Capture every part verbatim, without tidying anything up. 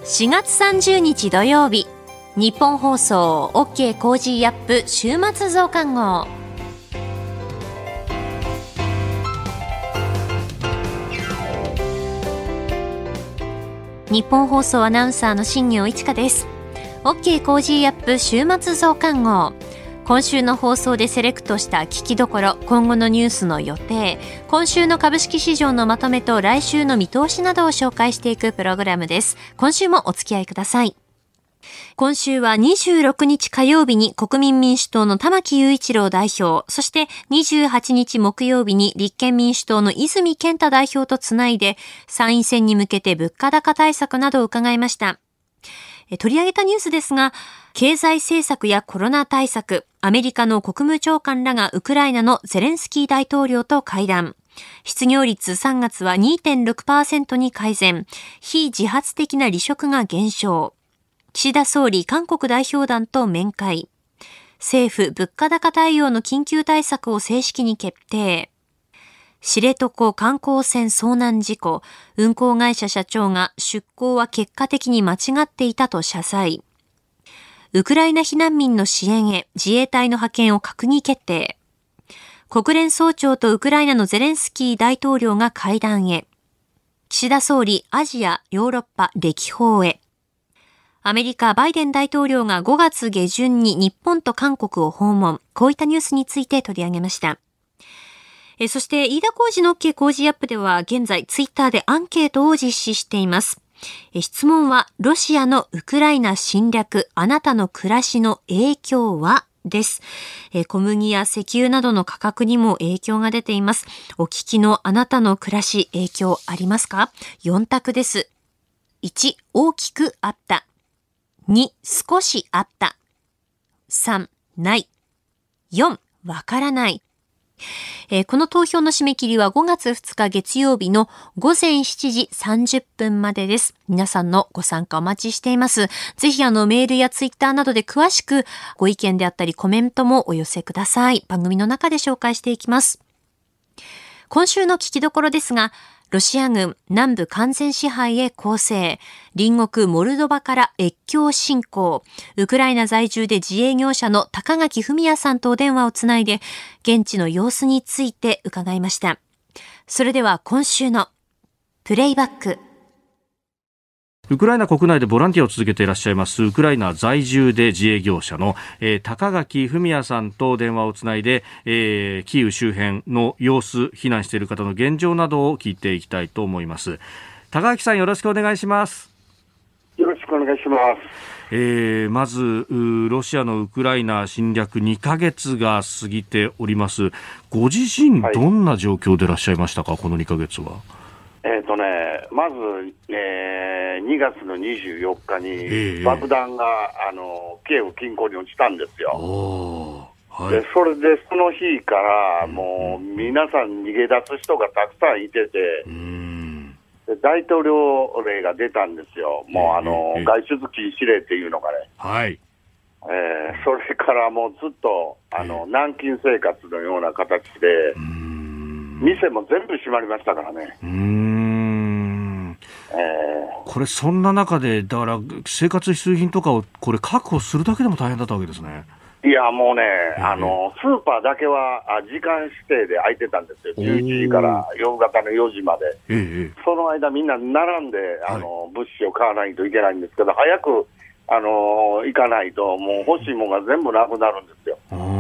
しがつさんじゅうにち土曜日、日本放送 OK コージーアップ週末増刊号。日本放送アナウンサーの新業一華です。 OK コージーアップ週末増刊号。今週の放送でセレクトした聞きどころ、今後のニュースの予定、今週の株式市場のまとめと来週の見通しなどを紹介していくプログラムです。今週もお付き合いください。今週はにじゅうろくにち火曜日に国民民主党の玉木雄一郎代表、そしてにじゅうはちにち木曜日に立憲民主党の泉健太代表とつないで参院選に向けて物価高対策などを伺いました。取り上げたニュースですが、経済政策やコロナ対策、アメリカの国務長官らがウクライナのゼレンスキー大統領と会談、失業率さんがつは にてんろくパーセント に改善、非自発的な離職が減少、岸田総理韓国代表団と面会、政府物価高対応の緊急対策を正式に決定、知床観光船遭難事故、運航会社社長が出航は結果的に間違っていたと謝罪、ウクライナ避難民の支援へ自衛隊の派遣を閣議決定、国連総長とウクライナのゼレンスキー大統領が会談へ、岸田総理アジア・ヨーロッパ歴訪へ、アメリカバイデン大統領がごがつげじゅんに日本と韓国を訪問、こういったニュースについて取り上げました。えそして飯田浩司の OK 工事アップでは現在ツイッターでアンケートを実施しています。え質問はロシアのウクライナ侵略、あなたの暮らしの影響はです。え小麦や石油などの価格にも影響が出ています。お聞きのあなたの暮らし影響ありますか？よん択です。いち、大きくあった。に、少しあった。さん、ない。よん、わからない。えー、この投票の締め切りはごがつふつか月曜日のごぜんしちじさんじゅっぷんまでです。皆さんのご参加お待ちしています。ぜひあのメールやツイッターなどで詳しくご意見であったりコメントもお寄せください。番組の中で紹介していきます。今週の聞きどころですが、ロシア軍南部完全支配へ攻勢、隣国モルドバから越境侵攻、ウクライナ在住で自営業者の高垣文也さんとお電話をつないで現地の様子について伺いました。それでは今週のプレイバック。 ウクライナ国内でボランティアを続けていらっしゃいますウクライナ在住で自営業者の、えー、高垣文也さんと電話をつないで、えー、キーウ周辺の様子、避難している方の現状などを聞いていきたいと思います。高垣さん、よろしくお願いします。 よろしくお願いします。 えー、まずロシアのウクライナ侵略にかげつが過ぎております。ご自身どんな状況でいらっしゃいましたか、はい、このにかげつは。 えーとね、まず、えー、にがつのにじゅうよっかに爆弾が、あのキエフ近郊に落ちたんですよ。はい、でそれでその日からもう皆さん逃げ出す人がたくさんいてて、うん、で大統領令が出たんですよ。もうあの、えー、外出禁止令っていうのがね、はい、えー、それからもうずっとあの、えー、軟禁生活のような形で、うん、店も全部閉まりましたからね。うーん、 えー、これそんな中でだから生活必需品とかをこれ確保するだけでも大変だったわけですね。 いやもうね、えー、あのスーパーだけは時間指定で開いてたんですよ。じゅういちじから夕方のよじまで、えー、その間みんな並んであの、はい、物資を買わないといけないんですけど、早くあの行かないともう欲しいものが全部なくなるんですよ。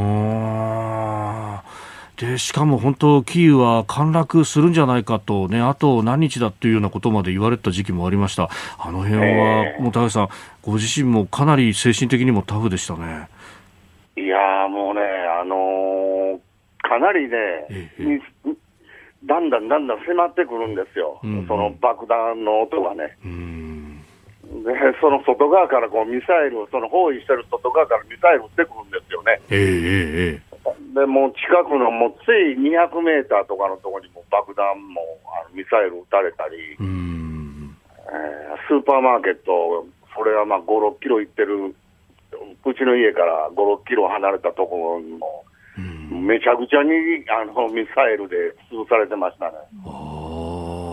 あでしかも本当キーウは陥落するんじゃないかと、ね、あと何日だというようなことまで言われた時期もありました。あの辺は、えー、もう高橋さんご自身もかなり精神的にもタフでしたね。 いやもうね、あのー、かなりね、えー、だんだんだんだん迫ってくるんですよ、うんうん、その爆弾の音がね。うんでその外側からこうミサイルをその包囲してる外側からミサイル撃ってくるんですよね。えーえー、でもう近くのもうついにひゃくメーターとかのところにも爆弾もあのミサイル撃たれたり、うん、えー、スーパーマーケット、それはまあご、ろっキロ行ってるうちの家からご、ろっキロ離れたところにも、うん、めちゃくちゃにあのミサイルで潰されてましたね。 あこ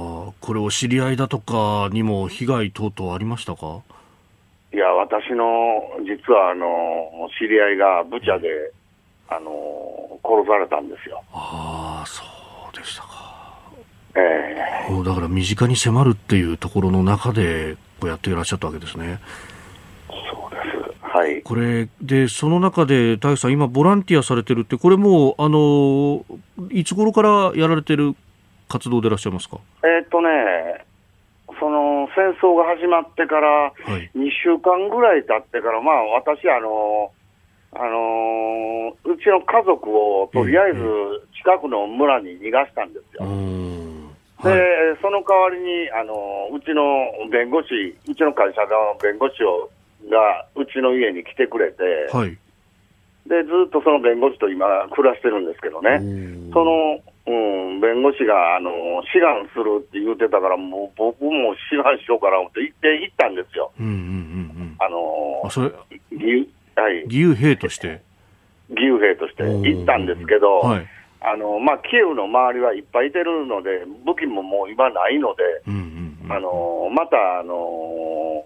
これお知り合いだとかにも被害等々ありましたか？ いや、私の実はあの知り合いがブチャで、あの殺されたんですよ。 ああ、そうでしたか。 えー、だから身近に迫るっていうところの中でこうやっていらっしゃったわけですね。 そうです。はい。 これでその中で大工さん今ボランティアされてるって、これもうあのいつ頃からやられてる活動でいらっしゃいますか？ えーっとねその戦争が始まってからにしゅうかんぐらい経ってから、はい、まあ私あのあのー、うちの家族をとりあえず近くの村に逃がしたんですよ。で、はい、その代わりに、あのー、うちの弁護士、うちの会社の弁護士をがうちの家に来てくれて、はい、でずっとその弁護士と今暮らしてるんですけどね、その、うん、弁護士が、あのー、志願するって言ってたから、もう僕も志願しようかなって言って行ったんですよ。うんうんうんうん、あのー、あそれはい、 義勇兵として義勇兵として行ったんですけど、はい、あのまあ、キエフの周りはいっぱいいてるので武器ももう今ないので、うんうんうん、あのまたあの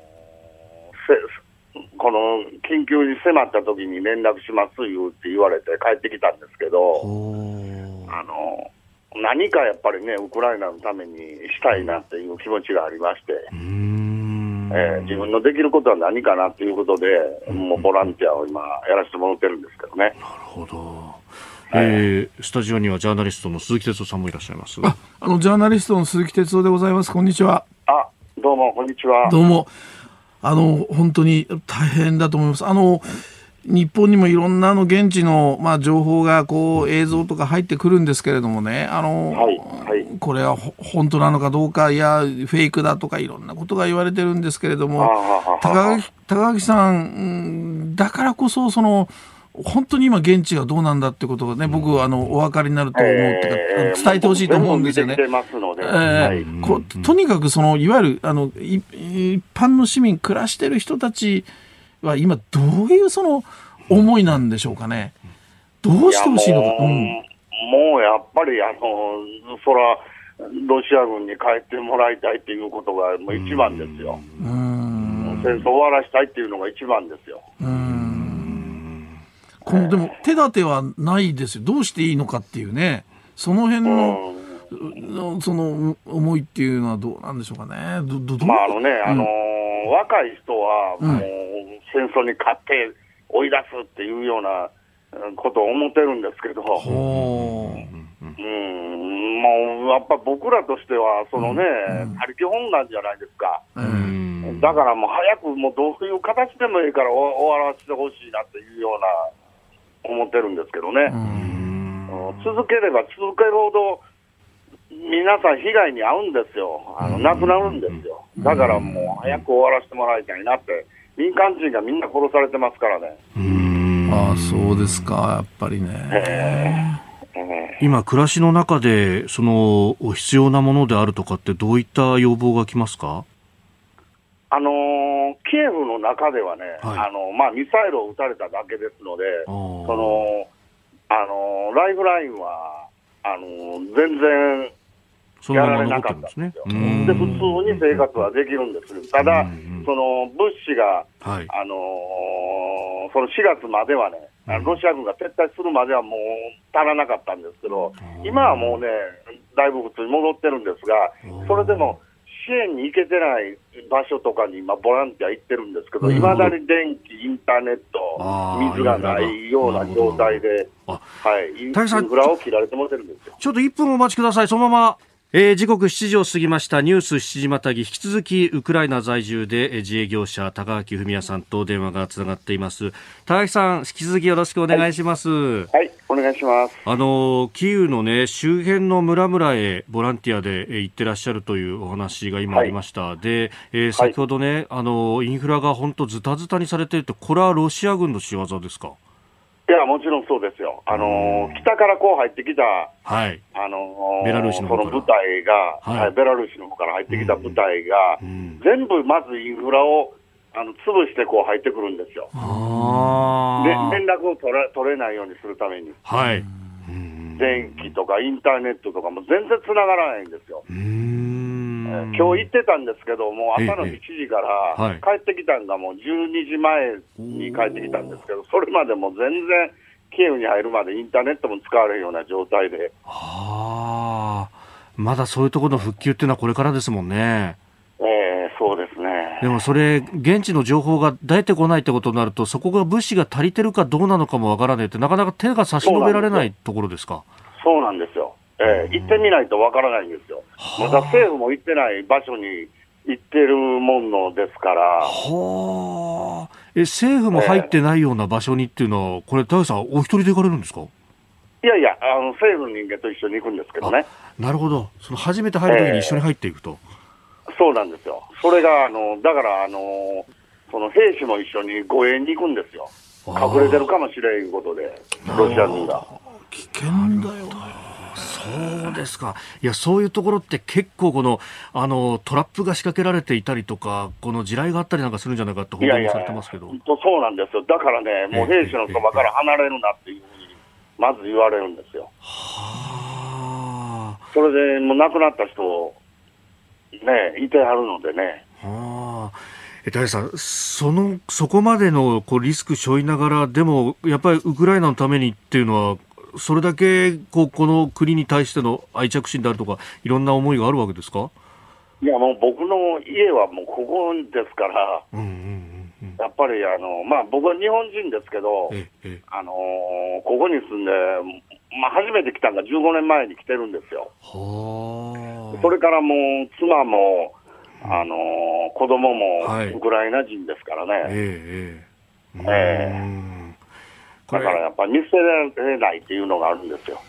この緊急に迫った時に連絡しますよって言われて帰ってきたんですけど、あの何かやっぱりねウクライナのためにしたいなっていう気持ちがありまして、うーん、えー、自分のできることは何かなっていうことで、うん、もうボランティアを今やらせてもらってるんですけどね。なるほど。えー、スタジオにはジャーナリストの鈴木哲夫さんもいらっしゃいます。 あ、あのジャーナリストの鈴木哲夫でございます。こんにちは。 あ、どうもこんにちは。 どうも。あの本当に大変だと思います。あの日本にもいろんなの現地の、まあ、情報がこう映像とか入ってくるんですけれどもね、あの、はいはい、これは本当なのかどうか、いやフェイクだとかいろんなことが言われてるんですけれども、高垣、高垣さんだからこそその本当に今現地がどうなんだってことがね、僕はあのお分かりになると思うっていうか、えー、伝えてほしいと思うんですよね。とにかくそのいわゆるあの一般の市民暮らしてる人たちは今どういうその思いなんでしょうかね。どうしてほしいのか。 いやもう、うん、もうやっぱりあのそらロシア軍に帰ってもらいたいっていうことがもう一番ですよ。うーん、戦争終わらしたいっていうのが一番ですよ。うーん、 このでも手立てはないですよ。どうしていいのかっていうね、その辺の、うん、その思いっていうのはどうなんでしょうかね。どどどまああのね、あのーうん、若い人はもう戦争に勝って追い出すっていうようなことを思ってるんですけど、うん、もうやっぱ僕らとしてはそのね、他力本願じゃないですか。うん、だからもう早くもうどういう形でもいいから終わらせてほしいなっていうような思ってるんですけどね。うん、続ければ続けるほど皆さん被害に遭うんですよ。あの亡くなるんですよ。だからもう早く終わらせてもらいたいなって。民間人がみんな殺されてますからね。 うーん、ああそうですか。やっぱりね、 えーえー、今暮らしの中でその必要なものであるとかってどういった要望が来ますか？ あのー、キエフの中ではね、はい、あのまあ、ミサイルを撃たれただけですので、そのあのライフラインはあの全然やられなかったんですよ。で、普通に生活はできるんです。ただ、その物資が、はい、あのー、そのしがつまではね、ロシア軍が撤退するまではもう足らなかったんですけど、今はもうね、だいぶ普通に戻ってるんですが、それでも支援に行けてない場所とかに今ボランティア行ってるんですけど、いまだに電気、インターネット、水がないような状態で、はい、インフラを切られてもらってるんですよ。 ちょっといっぷんお待ちください。そのままえー、時刻しちじを過ぎました。ニュースしちじまたぎ、引き続きウクライナ在住で自営業者高垣文也さんと電話がつながっています。高垣さん、引き続きよろしくお願いします。はい、 はい、お願いします。 あのキーウのね周辺の村々へボランティアで行ってらっしゃるというお話が今ありました。はい、で、えー、先ほどね、はい、あのインフラが本当ズタズタにされていると、これはロシア軍の仕業ですか？ いや、もちろんそうですよ。あのー、北からこう入ってきた、はい、あのー、 ベラルーシの方からその部隊が、はい、ベラルーシの方から入ってきた部隊が、うん、全部まずインフラをあの潰してこう入ってくるんですよ。あで連絡を取れ、取れないようにするために、はい、電気とかインターネットとかも全然つながらないんですよ。うーん、えー、今日行ってたんですけど、もう朝のしちじから帰ってきたんがもうじゅうにじまえに帰ってきたんですけど、それまでも全然キエフに入るまでインターネットも使われるような状態で。 ああ、まだそういうところの復旧っていうのはこれからですもんね。 えー、そうですね。 でもそれ現地の情報が出てこないってことになると、そこが物資が足りてるかどうなのかもわからないって、なかなか手が差し伸べられないところですか。 そうなんですよ。えー、行ってみないとわからないんですよ。まだ政府も行ってない場所に行ってるものですから。 はあ。え、政府も入ってないような場所にっていうのは、これ田口さんお一人で行かれるんですか？ いやいや、あの政府の人間と一緒に行くんですけどね。 なるほど。その初めて入るときに一緒に入っていくと、 えー、そうなんですよ。それがあのだからあのその兵士も一緒に護衛に行くんですよ。隠れてるかもしれんということで、ロシア軍が。 危険だよ。 そうですか。いや、そういうところって結構このあのトラップが仕掛けられていたりとか、この地雷があったりなんかするんじゃないかって報道もされてますけど。いやいや、 そうなんですよ。だからね、もう兵士のそばから離れるなっていうふうにまず言われるんですよ。はあ。それでもう亡くなった人ねいてはるのでね。 はあ。え、大さん、そのそこまでのこうリスク背負いながらでもやっぱりウクライナのためにっていうのは、それだけこうこの国に対しての愛着心であるとかいろんな思いがあるわけですか？ いや、もう僕の家はもうここですから、うんうんうん、やっぱりあの、まあ、僕は日本人ですけど、ええ、あのー、ここに住んで、まあ、初めて来たのがじゅうごねんまえに来てるんですよ。はそれからもう妻も、あのー、子供もウクライナ人ですからね。はい、ええええだからやっぱり見捨てられないっていうのがあるんですよ。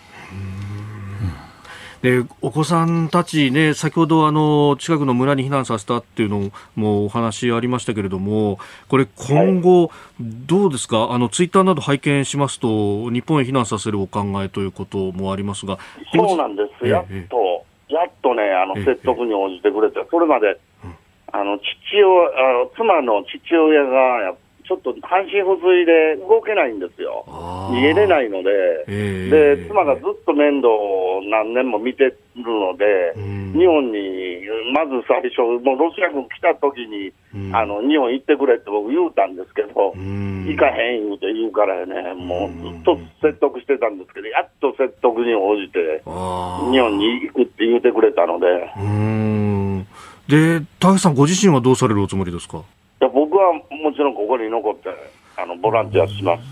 で、お子さんたちね、先ほどあの近くの村に避難させたっていうのもお話ありましたけれども、これ今後、はい、どうですか？あのツイッターなど拝見しますと、日本へ避難させるお考えということもありますが。 そうなんです。やっと、ええ、やっとね、あの説得に応じてくれて、ええ、それまで、うん、あの父親、あの妻の父親がやっちょっと半身不随で動けないんですよ。逃げれないので、えー、で妻がずっと面倒を何年も見てるので、うん、日本にまず最初、もうロシア軍来た時に、うん、あの日本行ってくれって僕言うたんですけど、うん、行かへん言うて言うからね、もうずっと説得してたんですけど、やっと説得に応じて、日本に行くって言うてくれたので。 うーんで、田口さんご自身はどうされるおつもりですか？ いや、僕はもちろんここに残ってあのボランティアします。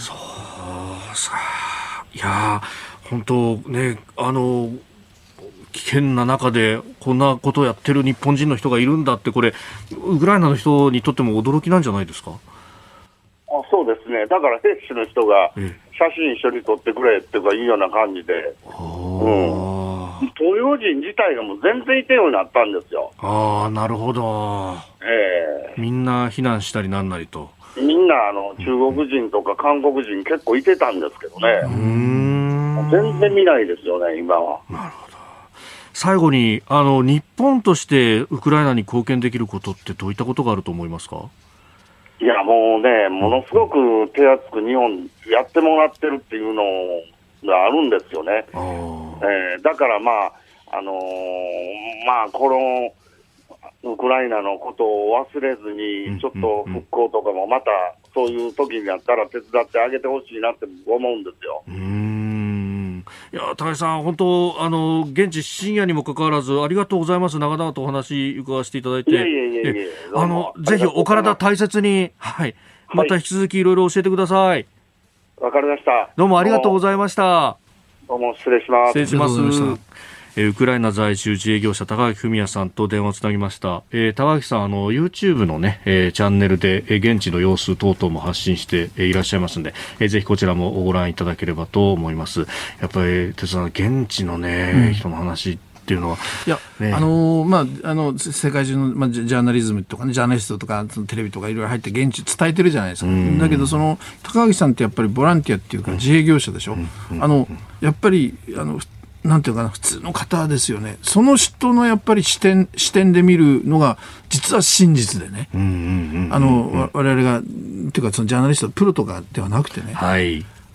そうさ、いや本当ね、あの危険な中でこんなことをやってる日本人の人がいるんだって、これウクライナの人にとっても驚きなんじゃないですか？ あ、そうですね。だから兵士の人が写真一緒に撮ってくれっていうような感じで、うん、東洋人自体がもう全然いてようになったんですよ。 ああ、なるほど。えー、みんな避難したりなんなりと。 みんなあの中国人とか韓国人結構いてたんですけどね。うーん、全然見ないですよね、今は。 なるほど。最後にあの日本としてウクライナに貢献できることってどういったことがあると思いますか？ いや、もうね、ものすごく手厚く日本やってもらってるっていうのがあるんですよね。えー、だからまあ、あのー、まあ、このウクライナのことを忘れずに、ちょっと復興とかもまたそういう時になったら手伝ってあげてほしいなって思うんですよ。うーん、いや、高橋さん、本当あの現地深夜にもかかわらずありがとうございます。長々とお話伺わせていただいて、いえいえいえいえ、あのぜひお体大切に、はい、また引き続きいろいろ教えてください。 わかりました。 どうもありがとうございました。 どうも失礼します。 失礼します。えー、ウクライナ在住自営業者高垣文也さんと電話をつなぎました。えー、高垣さん、あの YouTube の、ねえー、チャンネルで、えー、現地の様子等々も発信して、えー、いらっしゃいますので、えー、ぜひこちらもご覧いただければと思います。やっぱり哲さん、現地の、ねうん、人の話っていうのは、 いや、ね、あのまあ、あの世界中の、まあ、ジャーナリズムとか、ね、ジャーナリストとかそのテレビとかいろいろ入って現地伝えてるじゃないですか。だけどその高垣さんってやっぱりボランティアっていうか自営業者でしょ。うん、あのやっぱりあのなんていうかな、普通の方ですよね。その人のやっぱり視点視点で見るのが実は真実でね。あの我々がっていうかそのジャーナリストプロとかではなくてね。はい。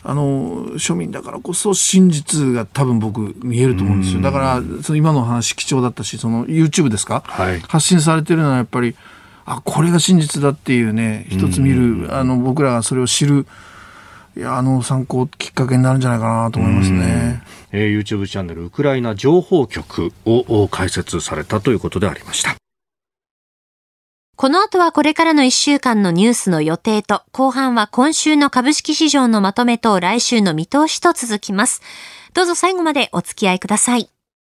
あの庶民だからこそ真実が多分僕見えると思うんですよ。だからその今の話貴重だったし、その YouTube ですか、はい、発信されてるのはやっぱりあこれが真実だっていうね、一つ見る、あの僕らがそれを知る、いやあの参考きっかけになるんじゃないかなと思いますね。 えー、YouTube チャンネルウクライナ情報局を開設されたということでありました。 この後はこれからのいっしゅうかんのニュースの予定と、後半は今週の株式市場のまとめと来週の見通しと続きます。どうぞ最後までお付き合いください。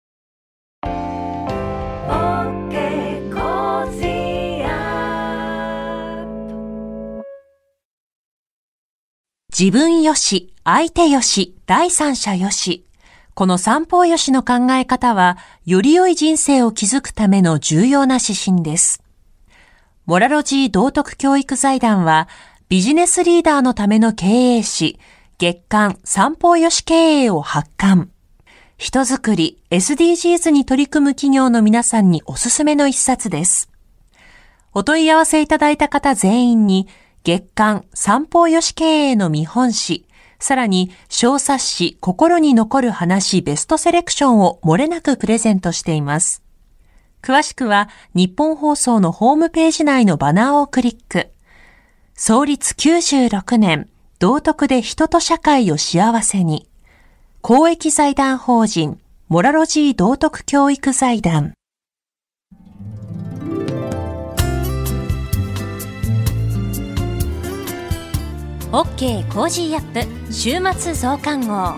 自分よし、相手よし、第三者よし。この三方よしの考え方は、より良い人生を築くための重要な指針です。モラロジー道徳教育財団は、ビジネスリーダーのための経営誌、月刊三方よし経営を発刊。人づくり、エスディージーズ に取り組む企業の皆さんにおすすめの一冊です。お問い合わせいただいた方全員に、月刊三方よし経営の見本誌、さらに小冊子心に残る話ベストセレクションを漏れなくプレゼントしています。詳しくは日本放送のホームページ内のバナーをクリック。創立きゅうじゅうろくねん、道徳で人と社会を幸せに。公益財団法人モラロジー道徳教育財団。OK コージーアップ週末増刊号。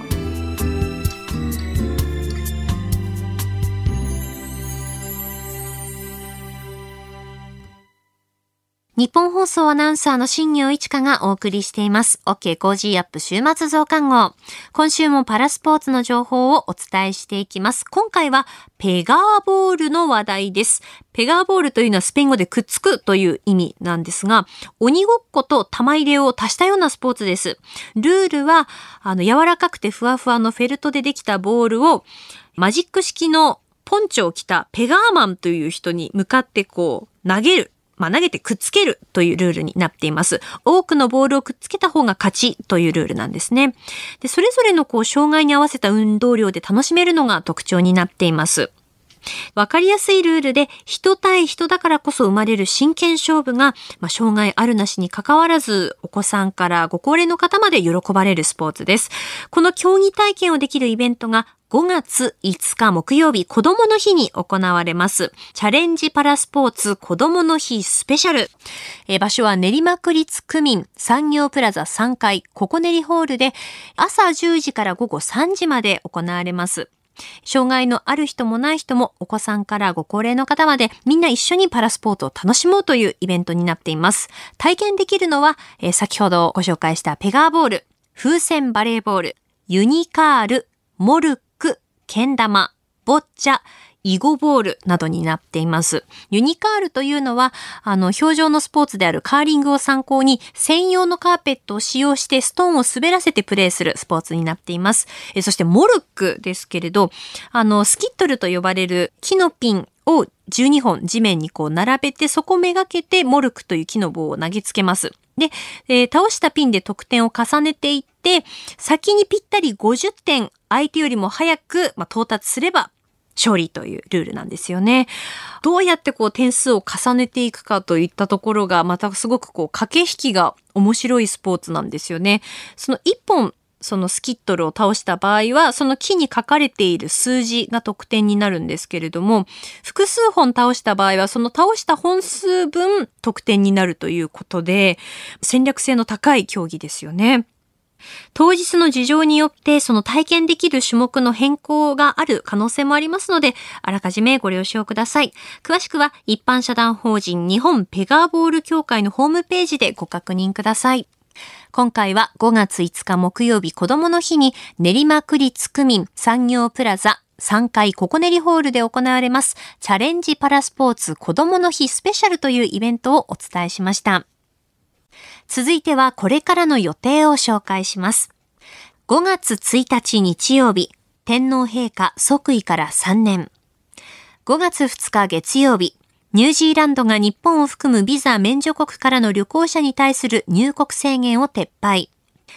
日本放送アナウンサーの新業一華がお送りしています。OK コージーアップ週末増刊号。今週もパラスポーツの情報をお伝えしていきます。今回はペガーボールの話題です。ペガーボールというのはスペイン語でくっつくという意味なんですが、鬼ごっこと玉入れを足したようなスポーツです。ルールは、あの、柔らかくてふわふわのフェルトでできたボールをマジック式のポンチョを着たペガーマンという人に向かってこう投げる。まあ、投げてくっつけるというルールになっています。多くのボールをくっつけた方が勝ちというルールなんですね。で、それぞれのこう障害に合わせた運動量で楽しめるのが特徴になっています。わかりやすいルールで人対人だからこそ生まれる真剣勝負が、まあ、障害あるなしに関わらずお子さんからご高齢の方まで喜ばれるスポーツです。この競技体験をできるイベントがごがついつか木曜日子どもの日に行われます。チャレンジパラスポーツ子どもの日スペシャル。えー、場所は練馬区立区民産業プラザさんかいココネリホールで朝じゅうじからごごさんじまで行われます。障害のある人もない人もお子さんからご高齢の方までみんな一緒にパラスポーツを楽しもうというイベントになっています。体験できるのは、えー、先ほどご紹介したペガーボール、風船バレーボール、ユニカール、モルク、けん玉、ボッチャ、囲碁ボールなどになっています。ユニカールというのは、あの、氷上のスポーツであるカーリングを参考に専用のカーペットを使用してストーンを滑らせてプレーするスポーツになっています。えそしてモルックですけれど、あの、スキットルと呼ばれる木のピンをじゅうにほん地面にこう並べてそこめがけてモルックという木の棒を投げつけます。で、えー、倒したピンで得点を重ねていって、先にぴったりごじゅってん相手よりも早く、まあ、到達すれば勝利というルールなんですよね。どうやってこう点数を重ねていくかといったところがまたすごくこう駆け引きが面白いスポーツなんですよね。その一本そのスキットルを倒した場合はその木に書かれている数字が得点になるんですけれども、複数本倒した場合はその倒した本数分得点になるということで戦略性の高い競技ですよね。当日の事情によってその体験できる種目の変更がある可能性もありますので、あらかじめご了承ください。詳しくは一般社団法人日本ペガーボール協会のホームページでご確認ください。今回はごがついつか木曜日子どもの日に練馬区立区民産業プラザさんかいココネリホールで行われますチャレンジパラスポーツ子どもの日スペシャルというイベントをお伝えしました。続いてはこれからの予定を紹介します。ごがつついたち日曜日、天皇陛下即位からさんねん。ごがつふつか月曜日、ニュージーランドが日本を含むビザ免除国からの旅行者に対する入国制限を撤廃。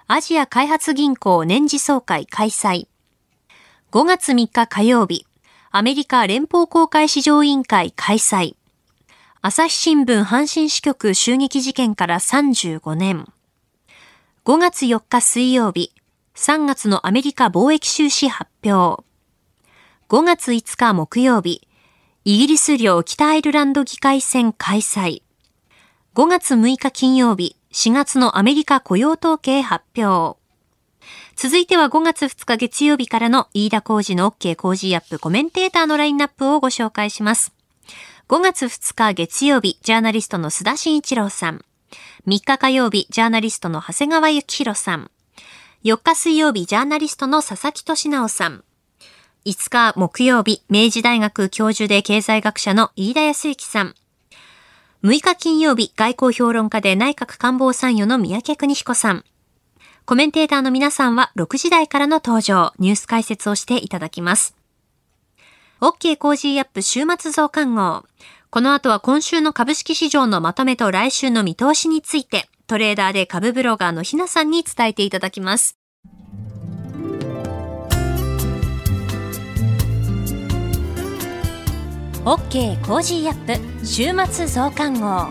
アジア開発銀行年次総会開催。ごがつみっか火曜日、アメリカ連邦公開市場委員会開催。朝日新聞阪神支局襲撃事件からさんじゅうごねん。ごがつよっか水曜日、さんがつのアメリカ貿易収支発表。ごがついつか木曜日、イギリス領北アイルランド議会選開催。ごがつむいか金曜日、しがつのアメリカ雇用統計発表。続いてはごがつふつか月曜日からの飯田浩司の OK コージーアップコメンテーターのラインナップをご紹介します。ごがつふつか月曜日、ジャーナリストの須田慎一郎さん。みっか火曜日、ジャーナリストの長谷川幸宏さん。よっか水曜日、ジャーナリストの佐々木俊直さん。いつか木曜日、明治大学教授で経済学者の飯田康之さん。むいか金曜日、外交評論家で内閣官房参与の三宅邦彦さん。コメンテーターの皆さんはろくじ台からの登場、ニュース解説をしていただきます。OK コージーアップ週末増刊号。この後は今週の株式市場のまとめと来週の見通しについて、トレーダーで株ブロガーのひなさんに伝えていただきます。OK コージーアップ週末増刊号。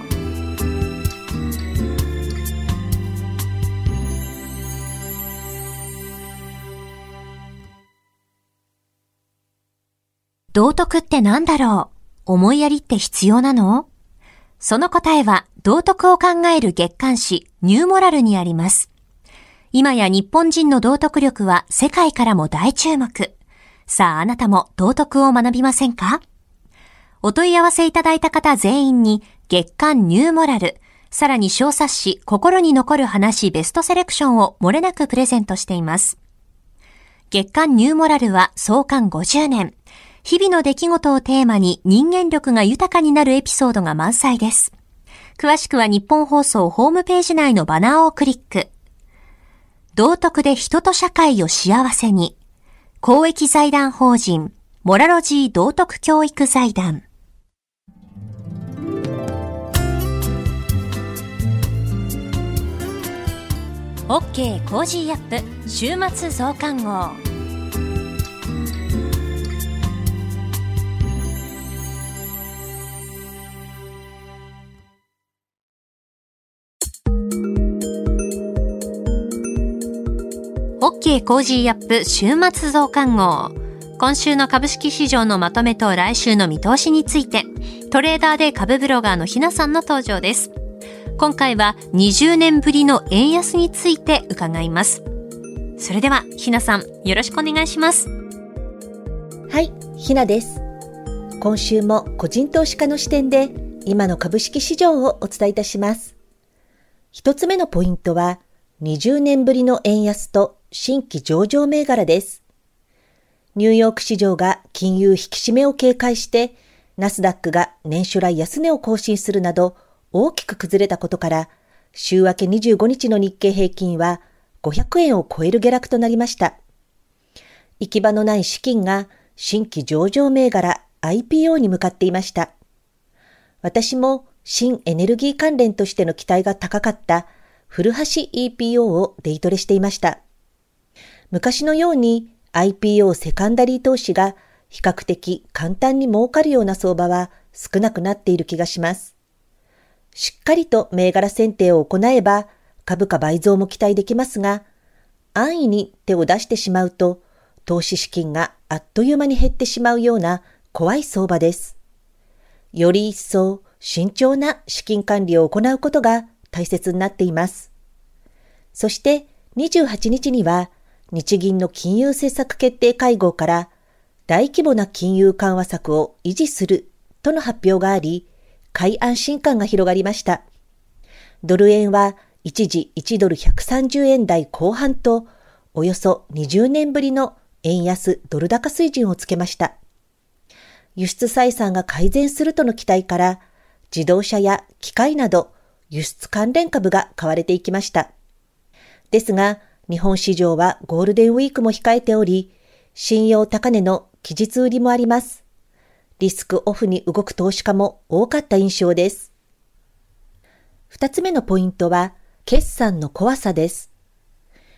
道徳って何だろう？思いやりって必要なの？その答えは道徳を考える月刊誌ニューモラルにあります。今や日本人の道徳力は世界からも大注目。さああなたも道徳を学びませんか？お問い合わせいただいた方全員に月刊ニューモラル、さらに小冊子心に残る話ベストセレクションを漏れなくプレゼントしています。月刊ニューモラルは創刊ごじゅうねん。日々の出来事をテーマに人間力が豊かになるエピソードが満載です。詳しくは日本放送ホームページ内のバナーをクリック。道徳で人と社会を幸せに。公益財団法人モラロジー道徳教育財団。OK コージーアップ週末増刊号。OK コージーアップ週末増刊号。今週の株式市場のまとめと来週の見通しについて、トレーダーで株ブロガーのひなさんの登場です。今回はにじゅうねんぶりの円安について伺います。それではひなさん、よろしくお願いします。 はい、ひなです。今週も個人投資家の視点で今の株式市場をお伝えいたします。一つ目のポイントはにじゅうねんぶりの円安と新規上場銘柄です。ニューヨーク市場が金融引き締めを警戒して、ナスダックが年初来安値を更新するなど大きく崩れたことから、週明けにじゅうごにちの日経平均はごひゃくえんを超える下落となりました。行き場のない資金が新規上場銘柄 アイピーオー に向かっていました。私も新エネルギー関連としての期待が高かった古橋 イーピーオー をデイトレしていました。昔のように アイピーオー セカンダリー投資が比較的簡単に儲かるような相場は少なくなっている気がします。しっかりと銘柄選定を行えば株価倍増も期待できますが、安易に手を出してしまうと投資資金があっという間に減ってしまうような怖い相場です。より一層慎重な資金管理を行うことが大切になっています。そしてにじゅうはちにちには日銀の金融政策決定会合から大規模な金融緩和策を維持するとの発表があり、買い安心感が広がりました。ドル円は一時いちドルひゃくさんじゅうえん台後半とおよそにじゅうねんぶりの円安ドル高水準をつけました。輸出採算が改善するとの期待から自動車や機械など輸出関連株が買われていきました。ですが、日本市場はゴールデンウィークも控えており、信用高値の期日売りもあります。リスクオフに動く投資家も多かった印象です。二つ目のポイントは、決算の怖さです。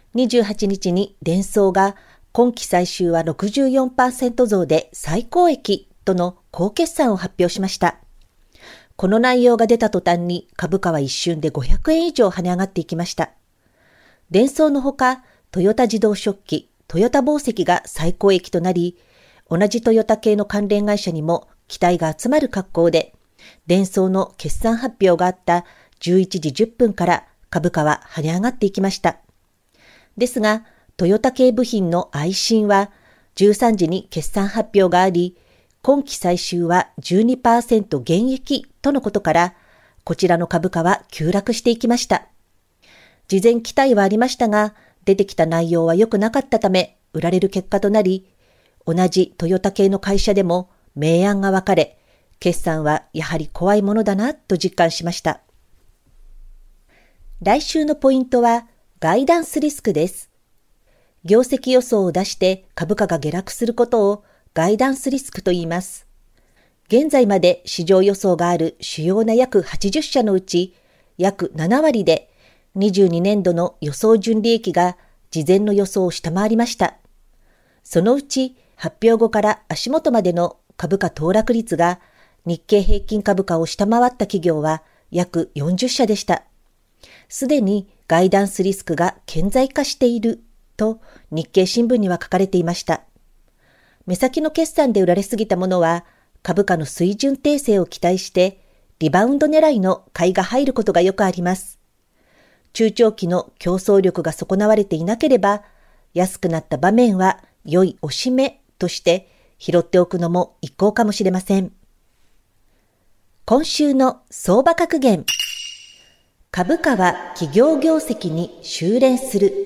にじゅうはちにちにデンソーが今期最終は ろくじゅうよんパーセント 増で最高益との好決算を発表しました。この内容が出た途端に株価は一瞬でごひゃくえん以上跳ね上がっていきました。デンソーのほか、トヨタ自動食器、トヨタ紡績が最高益となり、同じトヨタ系の関連会社にも期待が集まる格好で、デンソーの決算発表があったじゅういちじじゅっぷんから株価は跳ね上がっていきました。ですが、トヨタ系部品のアイシンはじゅうさんじに決算発表があり、今期最終は じゅうにパーセント 減益とのことから、こちらの株価は急落していきました。事前期待はありましたが、出てきた内容は良くなかったため、売られる結果となり、同じトヨタ系の会社でも明暗が分かれ、決算はやはり怖いものだなと実感しました。来週のポイントは、ガイダンスリスクです。業績予想を出して株価が下落することをガイダンスリスクと言います。現在まで市場予想がある主要な約はちじゅっしゃのうち約ななわりでにじゅうにねんどの予想純利益が事前の予想を下回りました。そのうち発表後から足元までの株価騰落率が日経平均株価を下回った企業は約よんじゅっしゃでした。すでにガイダンスリスクが顕在化していると日経新聞には書かれていました。目先の決算で売られすぎたものは株価の水準訂正を期待してリバウンド狙いの買いが入ることがよくあります。中長期の競争力が損なわれていなければ安くなった場面は良いおしめとして拾っておくのも一考かもしれません。今週の相場格言。株価は企業業績に収斂する。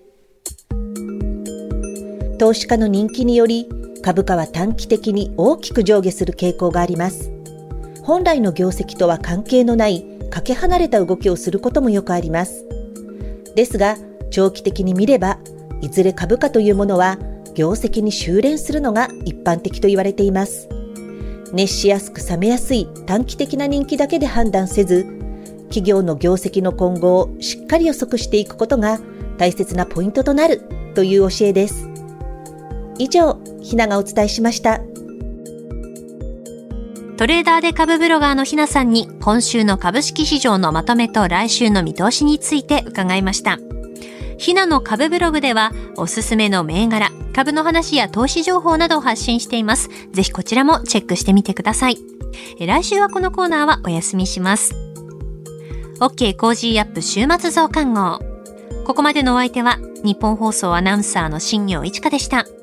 投資家の人気により株価は短期的に大きく上下する傾向があります。本来の業績とは関係のないかけ離れた動きをすることもよくあります。ですが長期的に見ればいずれ株価というものは業績に収斂するのが一般的と言われています。熱しやすく冷めやすい短期的な人気だけで判断せず、企業の業績の今後をしっかり予測していくことが大切なポイントとなるという教えです。以上、ひながお伝えしました。 トレーダーで株ブロガーのひなさんに今週の株式市場のまとめと来週の見通しについて伺いました。ひなの株ブログではおすすめの銘柄、株の話や投資情報などを発信しています。ぜひこちらもチェックしてみてください。来週はこのコーナーはお休みします。OK コージーアップ週末増刊号。ここまでのお相手は日本放送アナウンサーの新業一華でした。